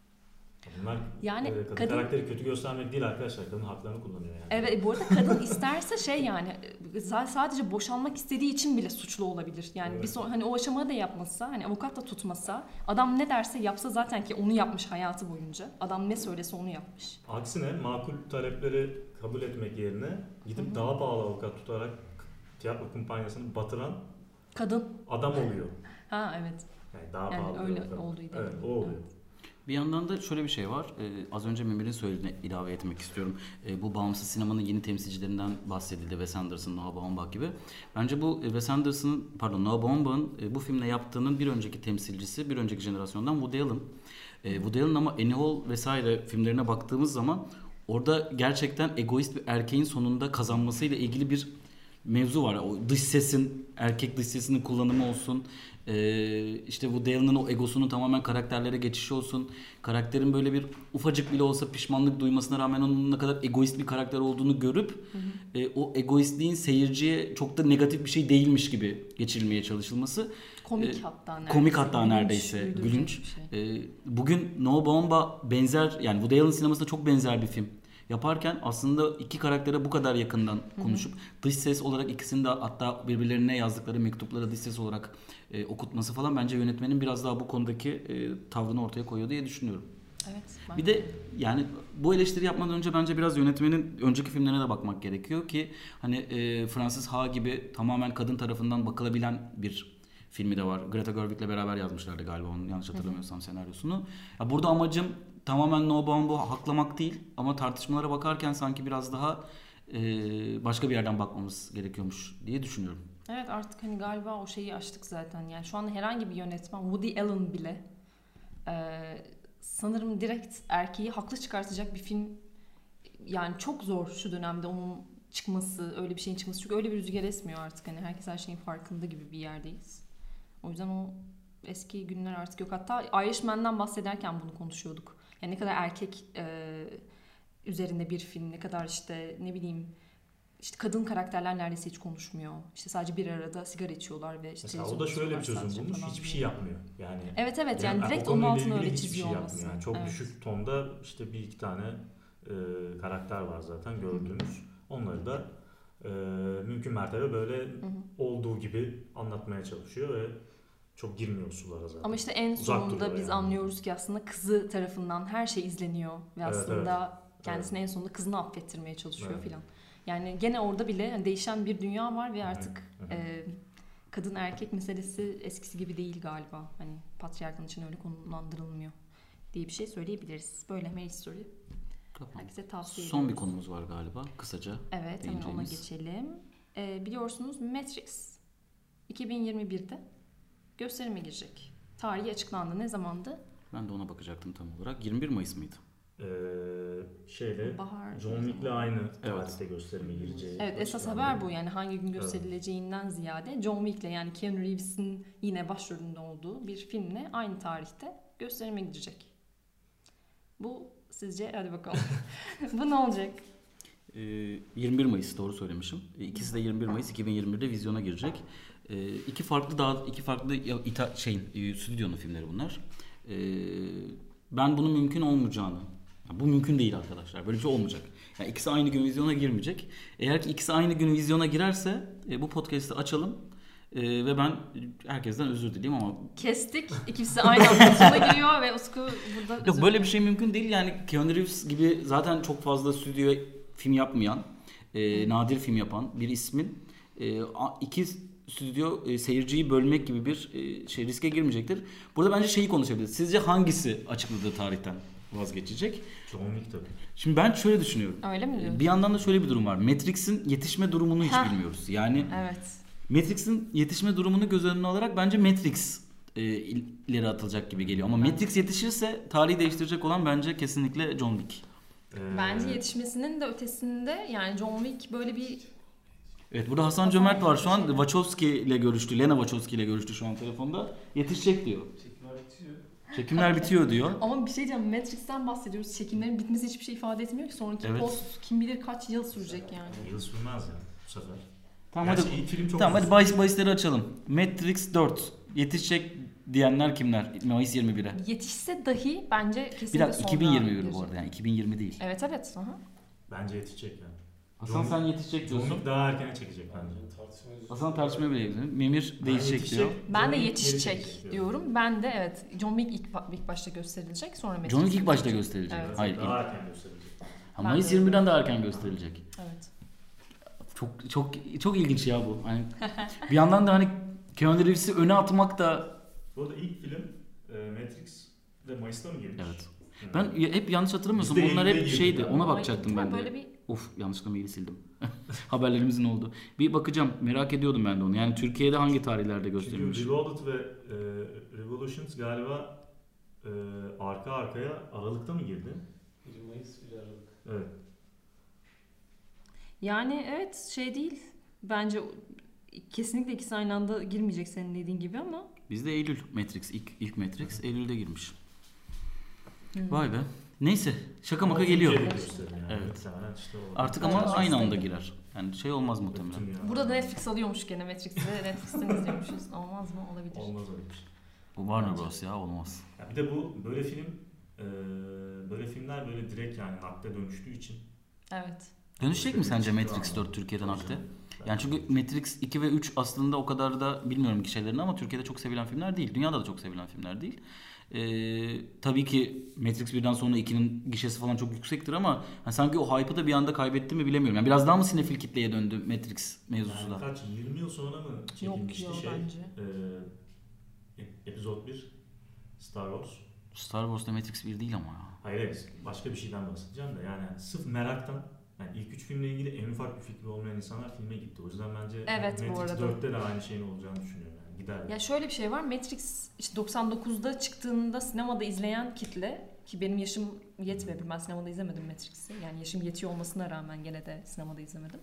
yani kadın karakteri kötü göstermek değil arkadaşlar. Kadın haklarını kullanıyor yani. Evet, bu arada kadın isterse yani sadece boşanmak istediği için bile suçlu olabilir. Yani evet. hani o aşamada da yapmasa, hani avukat da tutmasa, adam ne derse yapsa zaten ki onu yapmış hayatı boyunca. Adam ne söylese onu yapmış. Aksine makul talepleri kabul etmek yerine gidip daha pahalı avukat tutarak tiyatro kumpanyasını batıran kadın adam oluyor. Ha evet. Yani daha yani pahalı. Öyle olduydu. Evet, o oluyor. Evet. Bir yandan da şöyle bir şey var. Az önce Memir'in söylediğine ilave etmek istiyorum. Bu bağımsız sinemanın yeni temsilcilerinden bahsedildi. Wes Anderson, Noah Baumbach gibi. Bence bu Noah Baumbach'ın bu filmle yaptığının bir önceki temsilcisi, bir önceki jenerasyondan Woody Allen. Woody Allen ama Annie Hall vesaire filmlerine baktığımız zaman orada gerçekten egoist bir erkeğin sonunda kazanmasıyla ilgili bir mevzu var. O dış sesin, erkek dış sesinin kullanımı olsun. İşte Woody Allen'ın o egosunun tamamen karakterlere geçişi olsun. Karakterin böyle bir ufacık bile olsa pişmanlık duymasına rağmen onun ne kadar egoist bir karakter olduğunu görüp o egoistliğin seyirciye çok da negatif bir şey değilmiş gibi geçirilmeye çalışılması. Komik hatta neredeyse. Gülünç. Bugün Noah Baumbach benzer, yani Woody Allen sinemasında çok benzer bir film yaparken aslında iki karaktere bu kadar yakından konuşup dış ses olarak ikisini de hatta birbirlerine yazdıkları mektupları dış ses olarak okutması falan bence yönetmenin biraz daha bu konudaki tavrını ortaya koyuyor diye düşünüyorum. Evet. Bir de yani bu eleştiri yapmadan önce bence biraz yönetmenin önceki filmlerine de bakmak gerekiyor ki hani Frances Ha gibi tamamen kadın tarafından bakılabilen bir filmi de var. Greta Gerwig'le beraber yazmışlardı galiba onun, yanlış hatırlamıyorsam senaryosunu. Ya burada amacım tamamen Noah Baumbach'ı haklamak değil ama tartışmalara bakarken sanki biraz daha başka bir yerden bakmamız gerekiyormuş diye düşünüyorum. Evet, artık hani galiba o şeyi aştık zaten. Yani şu anda herhangi bir yönetmen, Woody Allen bile sanırım direkt erkeği haklı çıkartacak bir film, yani çok zor şu dönemde onun çıkması, öyle bir şeyin çıkması. Çünkü öyle bir rüzgar esmiyor artık. Hani herkes her şeyin farkında gibi bir yerdeyiz. O yüzden o eski günler artık yok. Hatta Irishman'dan bahsederken bunu konuşuyorduk. Yani ne kadar erkek üzerinde bir film, ne kadar işte ne bileyim işte kadın karakterler neredeyse hiç konuşmuyor. İşte sadece bir arada sigara içiyorlar ve işte mesela o da şöyle bir çözüm bulmuş. Hiçbir şey yapmıyor. Yani evet yani direkt onun altına öyle çiziyor şey olması. Yani çok düşük tonda işte bir iki tane karakter var zaten gördüğümüz. Onları da mümkün mertebe böyle olduğu gibi anlatmaya çalışıyor ve çok girmiyor sulara zaten. Ama işte en Uzak sonunda duruyor biz yani. anlıyoruz ki aslında kızı tarafından her şey izleniyor ve Evet, aslında kendisine en sonunda kızını affettirmeye çalışıyor Evet. filan. Yani gene orada bile hani değişen bir dünya var ve artık kadın erkek meselesi eskisi gibi değil galiba. Hani patriarkanın için öyle konumlandırılmıyor diye bir şey söyleyebiliriz. Böyle Marriage Story. Herkese tavsiye ediyoruz. Son bir konumuz var galiba kısaca. Evet, hemen ona geçelim. Biliyorsunuz Matrix 2021'de gösterime girecek. Tarihi açıklandı. Ne zamandı? Ben de ona bakacaktım tam olarak. 21 Mayıs mıydı? Bahar. John Wick'le aynı tarihte gösterime gireceği. Evet, esas haber bu yani hangi gün gösterileceğinden ziyade John Wick'le yani Keanu Reeves'in yine başrolünde olduğu bir filmle aynı tarihte gösterime girecek. Bu sizce hadi bakalım. Bu ne olacak? 21 Mayıs doğru söylemişim. İkisi de 21 Mayıs 2021'de vizyona girecek. İki farklı stüdyonun filmleri bunlar. Ben bunun mümkün olmayacağını, bu mümkün değil arkadaşlar. Böyle bir şey olmayacak. Yani ikisi aynı gün vizyona girmeyecek. Eğer ki ikisi aynı gün vizyona girerse bu podcast'ı açalım ve ben herkesten özür dileyim ama kestik. İkisi aynı anda vizyona giriyor ve Utku burada yok böyle bir şey mümkün değil. Yani Keanu Reeves gibi zaten çok fazla stüdyo film yapmayan, nadir film yapan bir ismin iki stüdyo seyirciyi bölmek gibi bir riske girmeyecektir. Burada bence şeyi konuşabiliriz. Sizce hangisi açıkladığı tarihten vazgeçecek? John Wick tabii. Şimdi ben şöyle düşünüyorum. Öyle mi diyorsun? Bir yandan da şöyle bir durum var. Matrix'in yetişme durumunu hiç bilmiyoruz. Yani evet. Matrix'in yetişme durumunu göz önüne alarak bence Matrix ileri atılacak gibi geliyor. Ama Matrix yetişirse tarihi değiştirecek olan bence kesinlikle John Wick. Bence yetişmesinin de ötesinde yani John Wick böyle bir... Evet, burada Hasan Cömert var şu an. Wachowski ile görüştü. Lena Wachowski ile görüştü şu an telefonda. Yetişecek diyor. Çekimler bitiyor diyor. Ama bir şey diyeceğim, Matrix'ten bahsediyoruz. Çekimlerin bitmesi hiçbir şey ifade etmiyor ki. Sonraki post kim bilir kaç yıl sürecek yani. Yıl sürmez yani bu sefer. Tamam Gerçi ilk film çok hadi bahisleri açalım. Matrix 4 yetişecek diyenler kimler? Mayıs 21'e. Yetişse dahi bence kesinlikle Bir dakika, sonra 2021 girecek. bu arada yani 2020 değil. Evet. Aha. Bence yetişecek yani. Hasan sen yetişecek John diyorsun. Wick daha erken çekecek bence. Hasan tartışmaya bile gidiyor. Memir değişecek diyor. Ben de yetişecek diyorum. Ben de evet. John Wick ilk başta gösterilecek, sonra Matrix. John Wick ilk başta gösterilecek. Evet. Hayır. Daha erken gösterilecek. Mayıs 21'den daha erken gösterilecek. Evet. Çok ilginç ya bu. Hani bir yandan da hani Keanu Reeves'i öne atmak da. Bu arada ilk film Matrix de Mayıs'ta mı girmiş? Evet. Ben hep yanlış hatırlamıyorsam Bizde onlar Eylül'de hep girdi şeydi. galiba. Ona bakacaktım ben de. Böyle bir... Of, yanlışlıkla maili sildim. Haberlerimizin oldu. Bir bakacağım. Merak ediyordum ben de onu. Yani Türkiye'de hangi tarihlerde gösterilmiş? Çünkü Reloaded ve Revolutions galiba arka arkaya Aralık'ta mı girdi? 1 Mayıs 1 Aralık. Evet. Yani evet şey değil. Bence kesinlikle ikisi aynı anda girmeyecek senin dediğin gibi ama. Bizde Eylül Matrix. ilk Matrix Eylül'de girmiş. Vay be. Neyse. Şaka maka geliyor. Yani. Evet. İşte Artık ama aynı anda girer. Yani şey olmaz muhtemelen. Burada da Netflix alıyormuş gene Matrix'i. Netflix'ten izliyormuşuz. Olmaz mı? Olabilir. Olmaz öyle bir şey. Bu Warner Bros ya, olmaz. Ya bir de bu böyle filmler böyle direkt yani nakde dönüştüğü için. Evet. Dönüşecek mi sence Matrix 4 Türkiye'den nakde? Yani çünkü Matrix 2 ve 3 aslında o kadar da bilmiyorum kişilerini ama Türkiye'de çok sevilen filmler değil. Dünyada da çok sevilen filmler değil. Tabii ki Matrix 1'den sonra 2'nin gişesi falan çok yüksektir ama hani sanki o hype'ı da bir anda kaybetti mi bilemiyorum. Yani biraz daha mı sinefil kitleye döndü Matrix mevzusu da? Yani kaç 20 yıl sonra mı çekilmişti Yok ya, bence. Epizod 1 Star Wars. Star Wars'ta Matrix 1 değil ama ya. Hayır, başka bir şeyden bahsedeceğim de yani sırf meraktan, yani ilk 3 filmle ilgili en ufak bir fikri olmayan insanlar filme gitti. O yüzden bence Evet, Matrix 4'te de aynı şeyin olacağını düşünüyorum. Yani gider. Ya şöyle bir şey var. Matrix işte 99'da çıktığında sinemada izleyen kitle, ki benim yaşım yetmedi. Ben sinemada izlemedim Matrix'i. Yani yaşım yetiyor olmasına rağmen gene de sinemada izlemedim.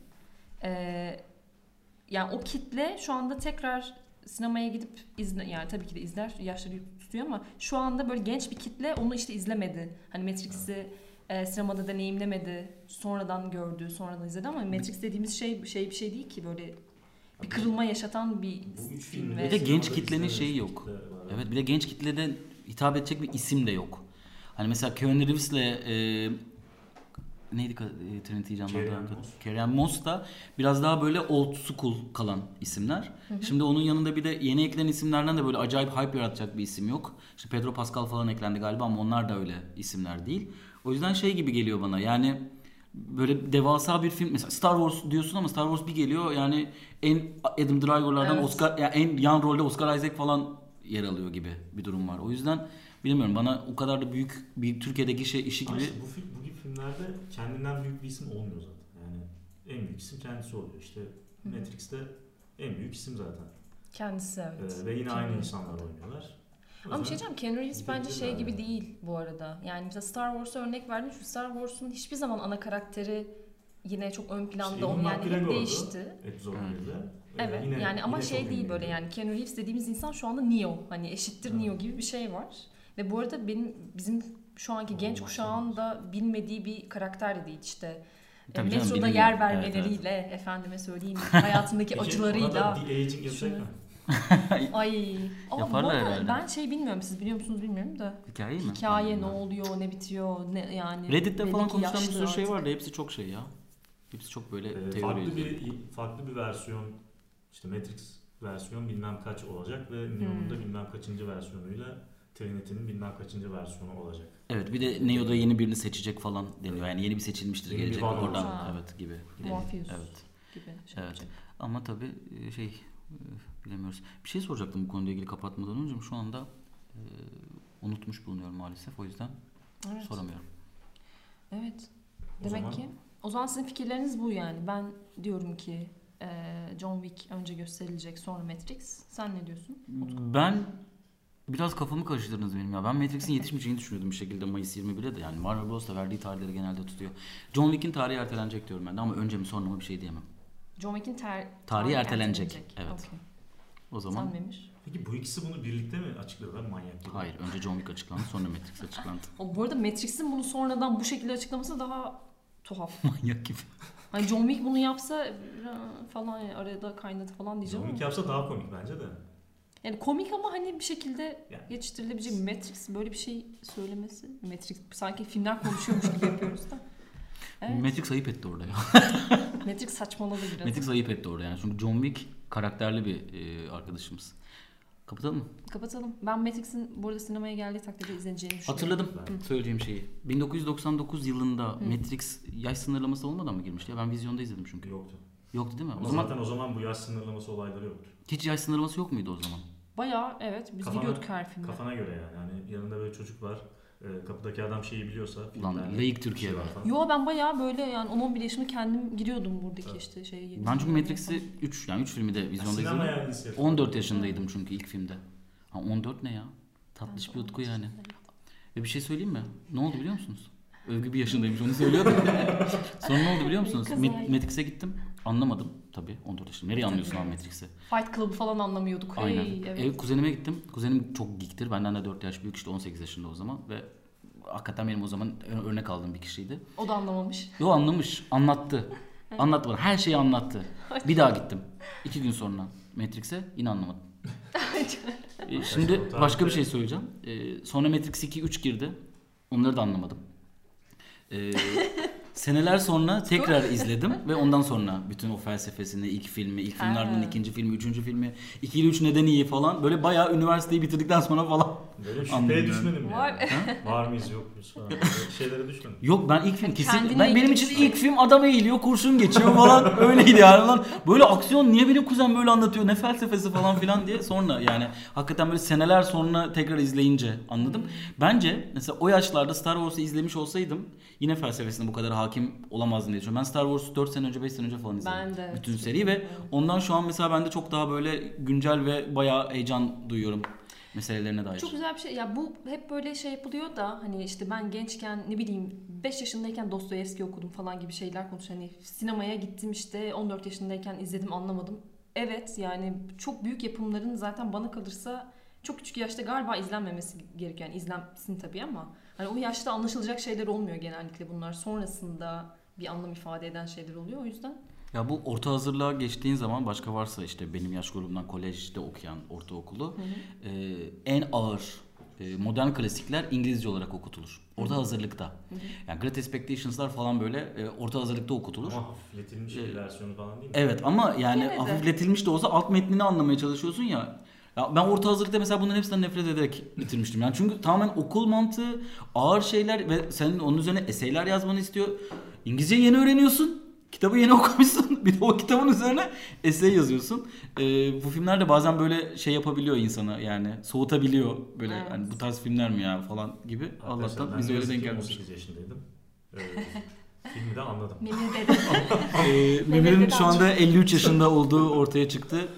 Yani o kitle şu anda tekrar sinemaya gidip yani tabii ki de izler, yaşları tutuyor ama şu anda böyle genç bir kitle onu işte izlemedi. Hani Matrix'i sinemada deneyimlemedi, sonradan gördü, sonradan izledi ama Matrix dediğimiz şey bir şey değil ki, böyle bir kırılma yaşatan bir film. Bir de genç kitlenin şeyi yok. Evet, bir de genç kitlede hitap edecek bir isim de yok. Hani mesela Keanu Reeves'le neydi Trinity'yi canlandıran Carrie-Anne kadın? Moss. Carrie-Anne Moss da biraz daha böyle old school kalan isimler. Şimdi onun yanında bir de yeni eklenen isimlerden de böyle acayip hype yaratacak bir isim yok. İşte Pedro Pascal falan eklendi galiba ama onlar da öyle isimler değil. O yüzden şey gibi geliyor bana yani böyle devasa bir film mesela Star Wars diyorsun ama Star Wars bir geliyor yani en Adam Driver'lardan Evet. Oscar yani en yan rolde Oscar Isaac falan yer alıyor gibi bir durum var. O yüzden bilmiyorum bana o kadar da büyük bir Türkiye'deki işi Ama gibi işte bu gibi filmlerde kendinden büyük bir isim olmuyor zaten. Yani en büyük isim kendisi oluyor. İşte Matrix'te en büyük isim zaten. Kendisi evet. Ve yine Keanu aynı Reeves. insanlar oynuyorlar. O Ama bir şey yüzden diyeceğim, Keanu Reeves bence şey gidebilirler gibi yani. değil bu arada. Yani mesela Star Wars'a örnek verdim. Şu Star Wars'un hiçbir zaman ana karakteri yine çok ön planda İşte olmuyor. Ewan Yani hep McGregor'du değişti. Episode Evet. 1'de. Evet Yine- yani ama yine şey çok değil böyle ünlüydü. yani Keanu Reeves dediğimiz insan şu anda Neo. Hani eşittir Evet. Neo gibi bir şey var. Ve bu arada bizim şu anki Allah genç Allah. kuşağın da bilmediği bir karakter de değil işte. Tabii canım, Metroda biliniyor. yer vermeleriyle, efendime söyleyeyim, hayatındaki Peki, ona acılarıyla. da de-aging yapacak şunu- mı? Ay. Ama Yaparlar bu arada herhalde. ben şey bilmiyorum, siz biliyor musunuz bilmiyorum da. hikaye mi? Hikaye ne oluyor, ne bitiyor, ne yani. Reddit'te belli falan ki konuşulan bir yaşlı sürü şey artık. var da hepsi çok şey ya. Hepsi çok böyle teori Farklı üzerine. farklı bir versiyon işte Matrix versiyon bilmem kaç olacak ve Neo'nun da bilmem kaçıncı versiyonuyla Trinity'nin bilmem kaçıncı versiyonu olacak. Evet bir de Neo'da yeni birini seçecek falan deniyor. Yani yeni bir seçilmiştir Yeni bir gelecek Van oradan. olacak. Evet gibi. Morpheus Evet. gibi şey Evet. yapacak. Ama tabii bilemiyoruz. Bir şey soracaktım bu konuyla ilgili kapatmadan önce. Şu anda unutmuş bulunuyorum maalesef. O yüzden Evet. soramıyorum. Evet. O Demek zaman- ki o zaman sizin fikirleriniz bu yani. Ben diyorum ki John Wick önce gösterilecek, sonra Matrix. Sen ne diyorsun? Ben biraz kafamı karıştırdınız benim ya. Ben Matrix'in yetişmeyeceğini düşünüyordum bir şekilde Mayıs 21'de de. Yani Warner Bros. Da verdiği tarihleri genelde tutuyor. John Wick'in tarihi ertelenecek diyorum ben de ama önce mi sonra mı bir şey diyemem. John Wick'in Tarihi ertelenecek. Evet. Okey. O zaman Sen Memir? Peki bu ikisi bunu birlikte mi açıkladılar manyak gibi? hayır. Önce John Wick açıklandı sonra Matrix açıklandı. Bu arada Matrix'in bunu sonradan bu şekilde açıklaması daha tuhaf. Manyak gibi. Hani John Wick bunu yapsa falan yani arada kaynadı falan diyeceğim John ama. Wick yapsa daha komik bence de. Yani komik ama hani bir şekilde Yani. geçiştirilebilecek. Matrix böyle bir şey söylemesi. Matrix sanki filmler konuşuyormuş gibi yapıyoruz da. Evet. Matrix ayıp etti orada ya. Matrix saçmaladı biraz. Matrix ayıp etti orada yani. Çünkü John Wick karakterli bir arkadaşımız. Kapatalım mı? Kapatalım. Ben Matrix'in bu arada sinemaya geldiği takdirde izleneceğini düşünüyorum. Hatırladım Ben- söyleyeceğim şeyi. 1999 yılında Matrix yaş sınırlaması olmadan mı girmişti? Ya ben vizyonda izledim çünkü. Yoktu. Yoktu değil mi? Ama O zaman zaten o zaman bu yaş sınırlaması olayları yoktu. hiç yaş sınırlaması yok muydu o zaman? Bayağı evet biz Kafana- gidiyorduk her filme. Kafana göre yani. Hani yanında böyle çocuk var. Kapıdaki adam şeyi biliyorsa. Ulan filmlerde layık bir Türkiye şey be. var falan. Yo ben bayağı böyle yani 10-11 yaşımda kendim giriyordum buradaki Evet. işte şeye. Ben çünkü yetiştirmeye Matrix'i falan. 3 filmi de vizyonda Sinema izledim. yani lise. 14 yaşındaydım çünkü ilk filmde. Ha 14 ne ya? Tatlış Ben bir de utku yani. 14 yaşındayım. Ve bir şey söyleyeyim mi? Ne oldu biliyor musunuz? Övgü bir yaşındaymış onu söylüyordu. Sonra ne oldu biliyor musunuz? Kazayı. Matrix'e gittim. Anlamadım tabii 14 yaşında. Nereye anlıyorsun Tabii. abi Matrix'i? Fight Club'ı falan anlamıyorduk. Aynen. Hey, evet. Kuzenime gittim. Kuzenim çok geektir. Benden de 4 yaş büyük işte 18 yaşında o zaman ve hakikaten benim o zaman örnek aldığım bir kişiydi. O da anlamamış. Yo anlamış. Anlattı. Anlattı bana. Her şeyi anlattı. Bir daha gittim. 2 gün sonra Matrix'e yine anlamadım. Şimdi başka bir şey söyleyeceğim. Sonra Matrix 2-3 girdi. Onları da anlamadım. Seneler sonra tekrar izledim ve ondan sonra bütün o felsefesini, ilk filmi, ilk filmin ardından ikinci filmi, üçüncü filmi, 2 ile 3 neden iyi falan böyle bayağı üniversiteyi bitirdikten sonra falan. Böyle Anladım şüpheye yani. düşmedim Var. yani. Var mıyız yok muyuz falan. Böyle şeylere düşmedim. Yok ben ilk film Yani kesin kendinle benim ilgili için bir şey. ilk film adam eğiliyor kurşun geçiyor falan öyleydi yani lan böyle aksiyon niye benim kuzen böyle anlatıyor ne felsefesi falan filan diye sonra yani hakikaten böyle seneler sonra tekrar izleyince anladım. Bence mesela o yaşlarda Star Wars'u izlemiş olsaydım yine felsefesine bu kadar hakim olamazdım diye düşünüyorum. Ben Star Wars'u 4 sene önce 5 sene önce falan izledim. Ben de. Bütün seri ve ondan şu an mesela bende çok daha böyle güncel ve bayağı heyecan duyuyorum meselelerine dair. Çok güzel bir şey. Ya bu hep böyle şey yapılıyor da hani işte ben gençken ne bileyim 5 yaşındayken Dostoyevski okudum falan gibi şeyler konuşuyor. Hani sinemaya gittim işte 14 yaşındayken izledim anlamadım. Evet yani çok büyük yapımların zaten bana kalırsa çok küçük yaşta galiba izlenmemesi gerekiyor. Yani izlensin tabii ama hani o yaşta anlaşılacak şeyler olmuyor genellikle bunlar. Sonrasında bir anlam ifade eden şeyler oluyor. O yüzden Ya bu orta hazırlığa geçtiğin zaman başka varsa işte benim yaş grubumdan kolejde okuyan ortaokulu en ağır modern klasikler İngilizce olarak okutulur. Orta hazırlıkta. Yani Great Expectations'lar falan böyle orta hazırlıkta okutulur. Ama hafifletilmiş bir versiyonu falan değil mi? Evet ama yani Gene de. hafifletilmiş de olsa alt metnini anlamaya çalışıyorsun ya. Ya ben orta hazırlıkta mesela bunların hepsinden nefret ederek bitirmiştim. Yani çünkü tamamen okul mantığı, ağır şeyler ve senin onun üzerine eseyler yazmanı istiyor. İngilizceyi yeni öğreniyorsun. Kitabı yeni okumuşsun. Bir de o kitabın üzerine essay yazıyorsun. Bu filmler de bazen böyle şey yapabiliyor insana, yani soğutabiliyor böyle, Evet. hani bu tarz filmler mi ya falan gibi. Allah'tan Ben biz de öyle denk 18 yaşındaydım. Filmi de anladım. Memir dede. Memir'in şu anda 53 yaşında olduğu ortaya çıktı.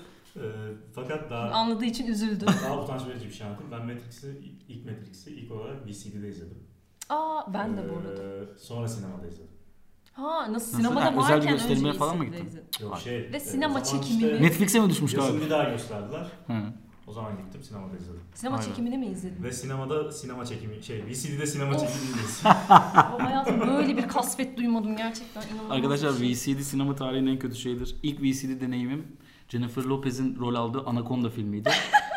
Fakat daha Anladığı için üzüldü. utanç verici bir şey anlatayım. Ben Matrix'i ilk olarak VCD'de izledim. Aa ben de bu arada. Sonra sinemada izledim. Ha nasıl Nasıl? sinemada Ha, özel bir varken gösterimlere önce falan mı VCD'de gittin? izledim. Yok Ay. Ve sinema o zaman çekimi mi? Netflix'e mi düşmüştü yazın abi? bir daha gösterdiler. Hı. O zaman gittim sinemada izledim. Sinema Aynen. çekimini mi izledin? Ve sinemada sinema çekimi, VCD'de sinema Of. çekimi izledim. O hayatım böyle bir kasvet duymadım gerçekten. İnanılmaz Arkadaşlar bir şey. VCD sinema tarihinin en kötü şeyidir. İlk VCD deneyimim Jennifer Lopez'in rol aldığı Anaconda filmiydi.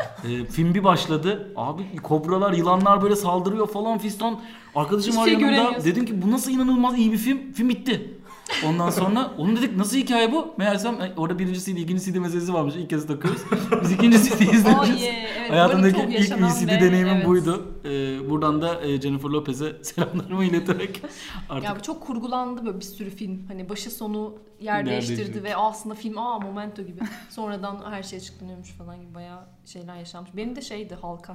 Film bir başladı. Abi kobralar, yılanlar böyle saldırıyor falan fistan. Arkadaşım Hiçbir var şey yanımda. göremiyorsun. Dedim ki bu nasıl inanılmaz iyi bir film. Film bitti. Ondan sonra onu dedik nasıl hikaye bu? Meğersem orada birinci CD, ikinci CD meselesi varmış. İlk kez takıyoruz. Biz ikinci CD'yi izlemişiz. Evet, Hayatımdaki böyle çok ilk yaşanan VCD ve- deneyimim evet. buydu. Buradan da Jennifer Lopez'e selamlarımı ileterek artık Ya bu çok kurgulandı böyle bir sürü film. Hani başı sonu yer değiştirdi değiştirdik. ve aslında film Momento gibi. Sonradan her şey açıklanıyormuş falan gibi bayağı şeyler yaşanmış. Benim de şeydi Halka.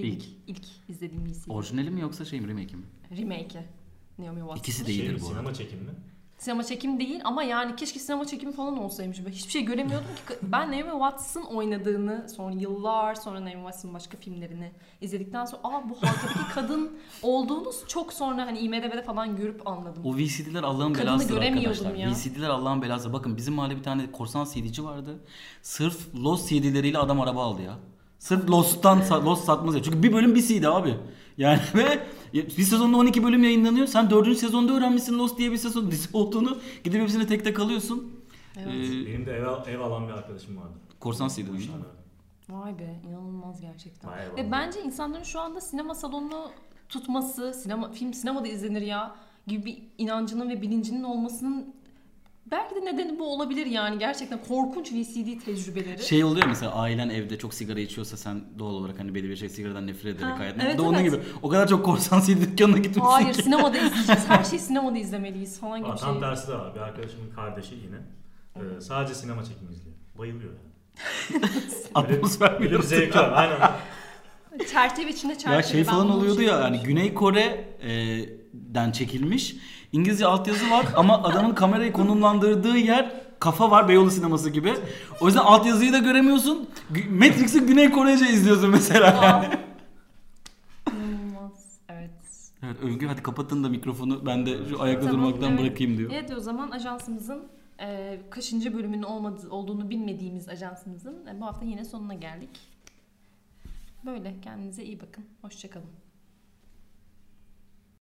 İlk izlediğim VCD. orijinali mi yoksa şey mi, remake mi? Remake'i. Naomi Watts. İkisi de Şey iyidir mi, bu arada. sinema çekimi mi? Sinema çekim değil ama yani keşke sinema çekimi falan olsaymış. Ben hiçbir şey göremiyordum ki. Ben Naomi Watts'ın oynadığını sonra yıllar sonra Naomi Watts'ın başka filmlerini izledikten sonra bu Halka'daki kadın olduğunu çok sonra hani IMDb'de falan görüp anladım. O VCD'ler Allah'ın Kadını belasıdır göremiyordum arkadaşlar. ya. VCD'ler Allah'ın belası. Bakın bizim mahallede bir tane korsan CD'ci vardı. Sırf Lost CD'leriyle adam araba aldı ya. Sırf Lost satmaz ya. Çünkü bir bölüm bir CD abi. Yani ve bir sezonda 12 bölüm yayınlanıyor. Sen 4. sezonda öğrenmişsin Lost diye bir sezon dizi olduğunu. Gidip hepsine tek tek alıyorsun. Evet. Benim de ev alan bir arkadaşım vardı. Korsan CD Bu oyunu. işten. Vay be inanılmaz gerçekten. Bayağı Ve var. bence insanların şu anda sinema salonunu tutması, film sinemada izlenir ya gibi bir inancının ve bilincinin olmasının belki de nedeni bu olabilir yani. Gerçekten korkunç VCD tecrübeleri. Şey oluyor mesela, ailen evde çok sigara içiyorsa sen doğal olarak hani belli bir şey sigaradan nefret ederek Ha, hayatında. evet, Bu da onun evet. gibi. O kadar çok korsan CD dükkanına gitmişsin Hayır ki. sinemada izleyeceğiz. Her şeyi sinemada izlemeliyiz falan gibi Tam şey. tersi de var. Bir arkadaşımın kardeşi yine. Sadece sinema çekimi izliyor. Bayılıyor yani. Atmosfer Böyle bir zevki var. Aynen. Çerçeve içinde çerçeve. Ya şey Ben falan bunu oluyordu ya, hani Güney Kore'den çekilmiş. İngilizce altyazı var ama adamın kamerayı konumlandırdığı yer kafa var, Beyoğlu sineması gibi. O yüzden altyazıyı da göremiyorsun. Matrix'i Güney Korece izliyorsun mesela yani. İnanılmaz. Evet. Evet Övgü, hadi kapatın da mikrofonu, ben de şu ayakta Tamam, durmaktan evet. bırakayım diyor. Evet o zaman ajansımızın kaçıncı bölümünün olduğunu bilmediğimiz ajansımızın bu hafta yine sonuna geldik. Böyle kendinize iyi bakın. Hoşça kalın.